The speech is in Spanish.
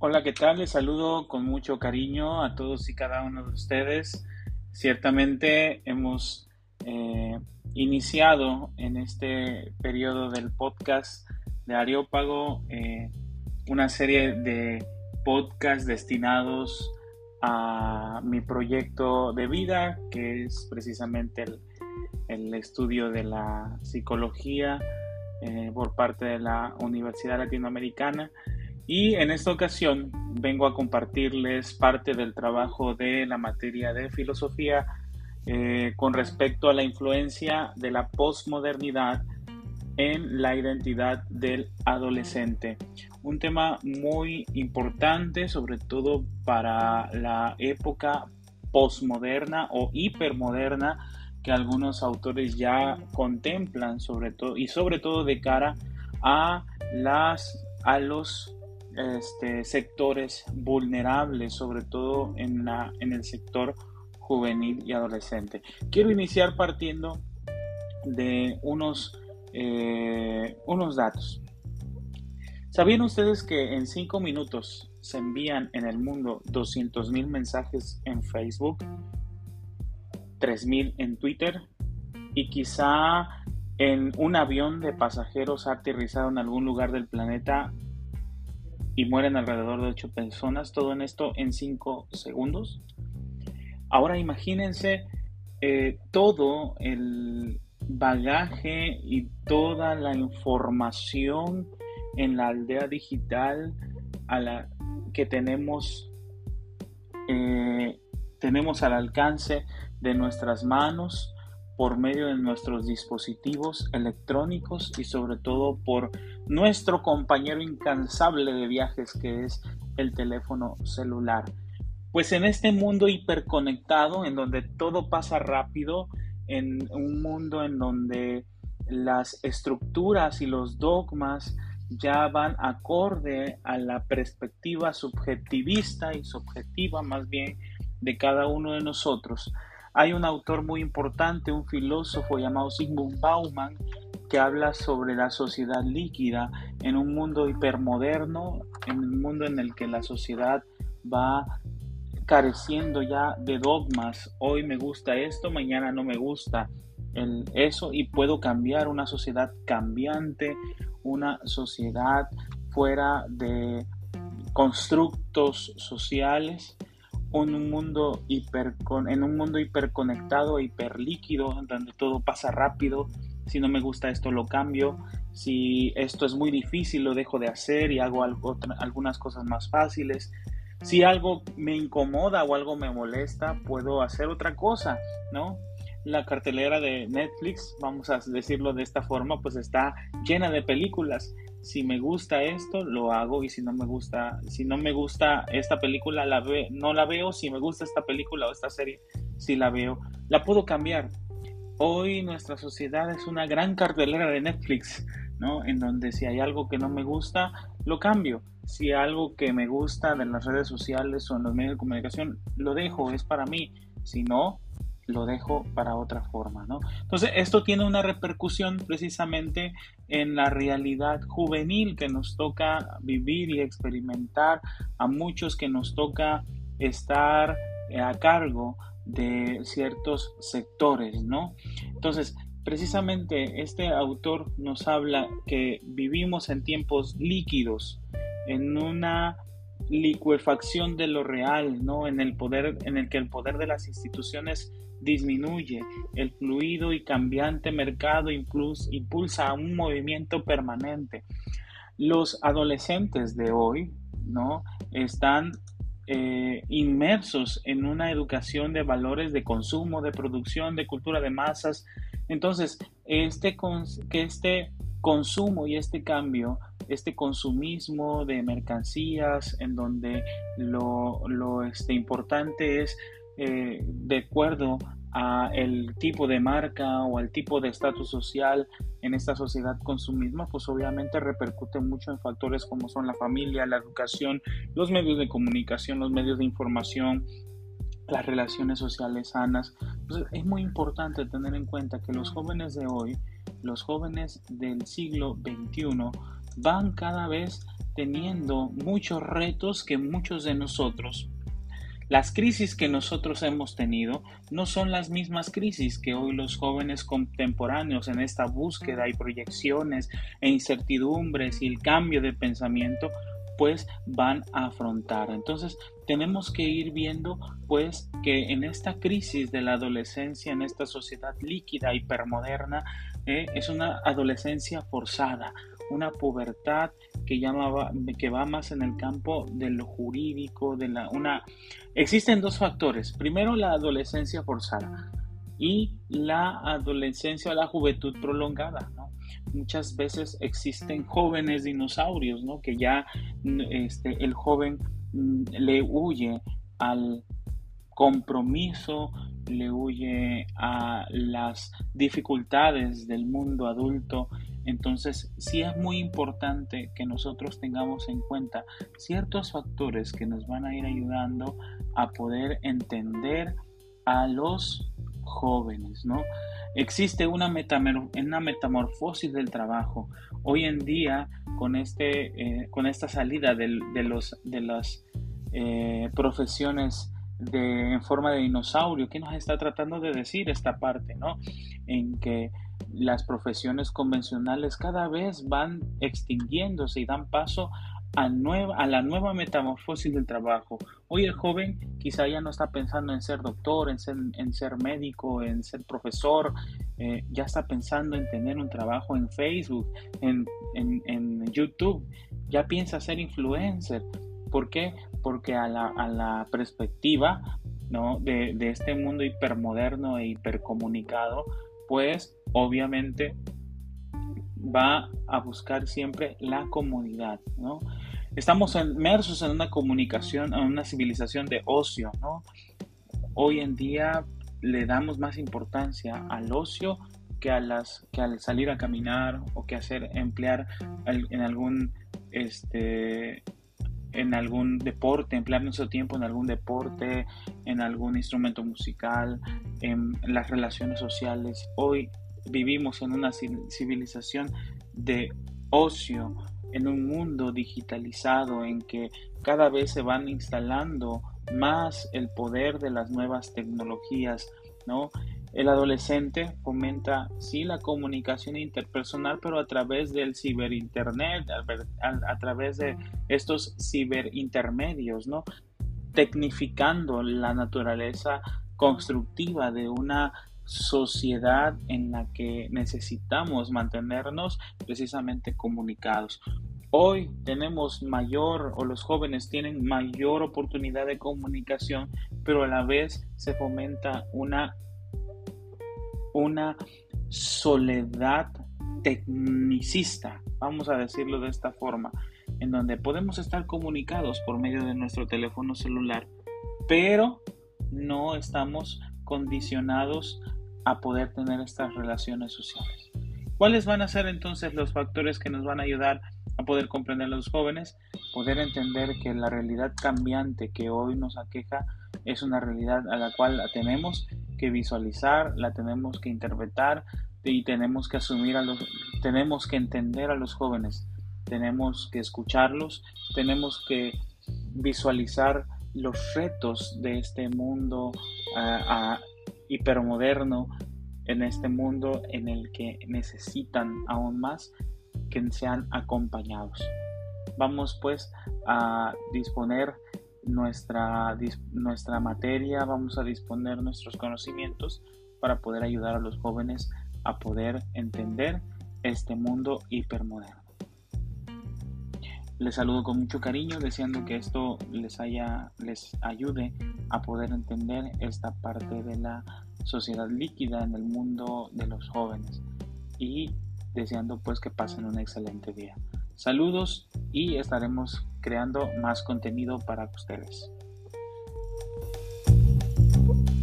Hola, ¿qué tal? Les saludo con mucho cariño a todos y cada uno de ustedes. Ciertamente hemos eh, iniciado en este periodo del podcast de Areópago una serie de podcasts destinados a mi proyecto de vida, que es precisamente el estudio de la psicología por parte de la Universidad Latinoamericana. Y en esta ocasión vengo a compartirles parte del trabajo de la materia de filosofía con respecto a la influencia de la posmodernidad en la identidad del adolescente. Un tema muy importante, sobre todo para la época posmoderna o hipermoderna que algunos autores ya contemplan, sobre todo de cara a los sectores vulnerables, sobre todo en el sector juvenil y adolescente. Quiero iniciar partiendo de unos datos. ¿Sabían ustedes que en 5 minutos se envían en el mundo 200.000 mensajes en Facebook, 3.000 en Twitter y quizá en un avión de pasajeros ha aterrizado en algún lugar del planeta y mueren alrededor de 8 personas? Todo en esto en 5 segundos. Ahora imagínense todo el bagaje y toda la información en la aldea digital a la que tenemos al alcance de nuestras manos por medio de nuestros dispositivos electrónicos y sobre todo por nuestro compañero incansable de viajes, que es el teléfono celular. Pues en este mundo hiperconectado, en donde todo pasa rápido, en un mundo en donde las estructuras y los dogmas ya van acorde a la perspectiva subjetivista y subjetiva más bien de cada uno de nosotros. Hay un autor muy importante, un filósofo llamado Zygmunt Bauman, que habla sobre la sociedad líquida en un mundo hipermoderno, en un mundo en el que la sociedad va careciendo ya de dogmas. Hoy me gusta esto, mañana no me gusta eso, y puedo cambiar. Una sociedad cambiante, una sociedad fuera de constructos sociales, en un mundo hiperconectado e hiperlíquido, donde todo pasa rápido. Si no me gusta esto, lo cambio. Si esto es muy difícil, lo dejo de hacer y hago algunas cosas más fáciles. Si algo me incomoda o algo me molesta, puedo hacer otra cosa, ¿no? La cartelera de Netflix, vamos a decirlo de esta forma, pues está llena de películas. Si me gusta esto, lo hago, y si no me gusta esta película, no la veo. Si me gusta esta película o esta serie, sí la veo. La puedo cambiar. Hoy nuestra sociedad es una gran cartelera de Netflix, ¿no? En donde si hay algo que no me gusta, lo cambio. Si hay algo que me gusta de las redes sociales o en los medios de comunicación, lo dejo, es para mí. Si no, lo dejo para otra forma, ¿no? Entonces, esto tiene una repercusión precisamente en la realidad juvenil que nos toca vivir y experimentar, a muchos que nos toca estar a cargo de ciertos sectores, ¿no? Entonces, precisamente este autor nos habla que vivimos en tiempos líquidos, en una licuefacción de lo real, ¿no? En el que el poder de las instituciones disminuye, el fluido y cambiante mercado impulsa un movimiento permanente. Los adolescentes de hoy, ¿no? Están inmersos en una educación de valores de consumo, de producción, de cultura de masas. Entonces, que este consumo y este cambio, este consumismo de mercancías, en donde lo importante es de acuerdo a el tipo de marca o al tipo de estatus social en esta sociedad consumismo, pues obviamente repercute mucho en factores como son la familia, la educación, los medios de comunicación, los medios de información, las relaciones sociales sanas. Entonces, es muy importante tener en cuenta que los jóvenes de hoy, los jóvenes del siglo XXI, van cada vez teniendo muchos retos que muchos de nosotros. Las crisis que nosotros hemos tenido no son las mismas crisis que hoy los jóvenes contemporáneos en esta búsqueda y proyecciones e incertidumbres y el cambio de pensamiento pues van a afrontar. Entonces tenemos que ir viendo pues que en esta crisis de la adolescencia, en esta sociedad líquida, hipermoderna, es una adolescencia forzada, una pubertad que va más en el campo de lo jurídico, existen dos factores. Primero, la adolescencia forzada y la adolescencia o la juventud prolongada, ¿no? Muchas veces existen jóvenes dinosaurios, ¿no? Que ya el joven le huye al compromiso, le huye a las dificultades del mundo adulto. Entonces, sí es muy importante que nosotros tengamos en cuenta ciertos factores que nos van a ir ayudando a poder entender a los jóvenes, ¿no? Existe una metamorfosis del trabajo. Hoy en día, con esta salida de las profesiones en forma de dinosaurio, ¿qué nos está tratando de decir esta parte, ¿no? En que las profesiones convencionales cada vez van extinguiéndose y dan paso a la nueva metamorfosis del trabajo. Hoy el joven quizá ya no está pensando en ser doctor, en ser médico, en ser profesor, ya está pensando en tener un trabajo en Facebook, en YouTube, ya piensa ser influencer. ¿Por qué? Porque a la perspectiva, ¿no? de este mundo hipermoderno e hipercomunicado, pues obviamente va a buscar siempre la comodidad, ¿no? Estamos inmersos en una comunicación, en una civilización de ocio, ¿no? Hoy en día le damos más importancia al ocio que al salir a caminar o que emplear en algún deporte, emplear nuestro tiempo en algún deporte, en algún instrumento musical, en las relaciones sociales. Hoy vivimos en una civilización de ocio, en un mundo digitalizado en que cada vez se van instalando más el poder de las nuevas tecnologías, ¿no? El adolescente fomenta, sí, la comunicación interpersonal, pero a través del ciberinternet, a través de estos ciberintermedios, ¿no? Tecnificando la naturaleza constructiva de una sociedad en la que necesitamos mantenernos precisamente comunicados. Hoy tenemos los jóvenes tienen mayor oportunidad de comunicación, pero a la vez se fomenta una soledad tecnicista, vamos a decirlo de esta forma, en donde podemos estar comunicados por medio de nuestro teléfono celular, pero no estamos condicionados a poder tener estas relaciones sociales. ¿Cuáles van a ser entonces los factores que nos van a ayudar a poder comprender a los jóvenes? Poder entender que la realidad cambiante que hoy nos aqueja es una realidad a la cual la tenemos que visualizar, la tenemos que interpretar y tenemos que tenemos que entender a los jóvenes, tenemos que escucharlos, tenemos que visualizar los retos de este mundo hipermoderno, en este mundo en el que necesitan aún más que sean acompañados. Vamos pues a disponer nuestra materia, vamos a disponer nuestros conocimientos para poder ayudar a los jóvenes a poder entender este mundo hipermoderno. Les saludo con mucho cariño, deseando que esto les ayude a poder entender esta parte de la sociedad líquida en el mundo de los jóvenes y deseando pues que pasen un excelente día. Saludos y estaremos creando más contenido para ustedes.